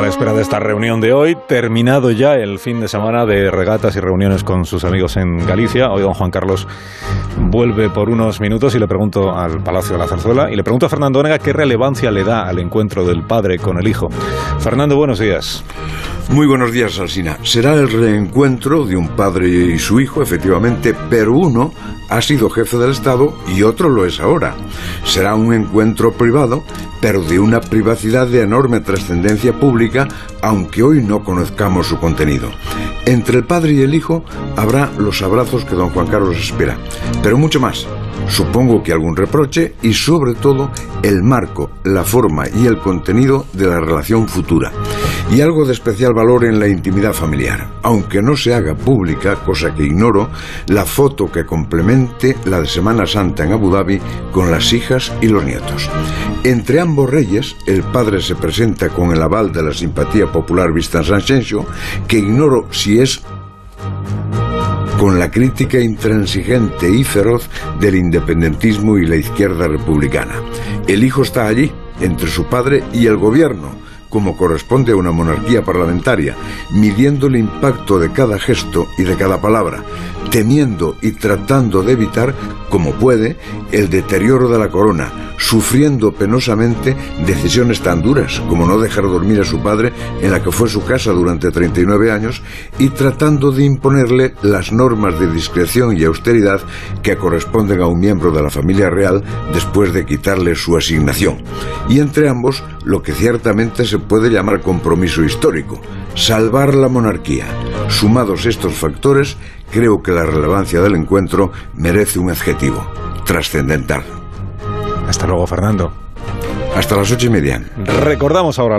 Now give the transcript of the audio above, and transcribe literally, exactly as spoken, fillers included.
a la espera de esta reunión de hoy. Terminado ya el fin de semana de regatas y reuniones con sus amigos en Galicia. Hoy don Juan Carlos vuelve por unos minutos y le pregunto al Palacio de la Zarzuela y le pregunto a Fernando Onega qué relevancia le da al encuentro del padre con el hijo. Fernando, buenos días. Muy buenos días, Alsina. Será el reencuentro de un padre y su hijo, efectivamente, pero uno ha sido jefe del Estado y otro lo es ahora. Será un encuentro privado, pero de una privacidad de enorme trascendencia pública, aunque hoy no conozcamos su contenido. Entre el padre y el hijo habrá los abrazos que don Juan Carlos espera, pero mucho más. Supongo que algún reproche y, sobre todo, el marco, la forma y el contenido de la relación futura. Y algo de especial valor en la intimidad familiar, aunque no se haga pública, cosa que ignoro, la foto que complemente la de Semana Santa en Abu Dhabi con las hijas y los nietos. Entre ambos reyes, el padre se presenta con el aval de la simpatía popular vista en San Xenxo, que ignoro si es con la crítica intransigente y feroz del independentismo y la izquierda republicana. El hijo está allí, entre su padre y el gobierno, como corresponde a una monarquía parlamentaria, midiendo el impacto de cada gesto y de cada palabra, temiendo y tratando de evitar, como puede, el deterioro de la corona, sufriendo penosamente decisiones tan duras como no dejar dormir a su padre en la que fue su casa durante treinta y nueve años y tratando de imponerle las normas de discreción y austeridad que corresponden a un miembro de la familia real después de quitarle su asignación. Y entre ambos, lo que ciertamente se puede llamar compromiso histórico, salvar la monarquía. Sumados estos factores, creo que la relevancia del encuentro merece un adjetivo: trascendental. Hasta luego, Fernando. Hasta las ocho y media. Recordamos ahora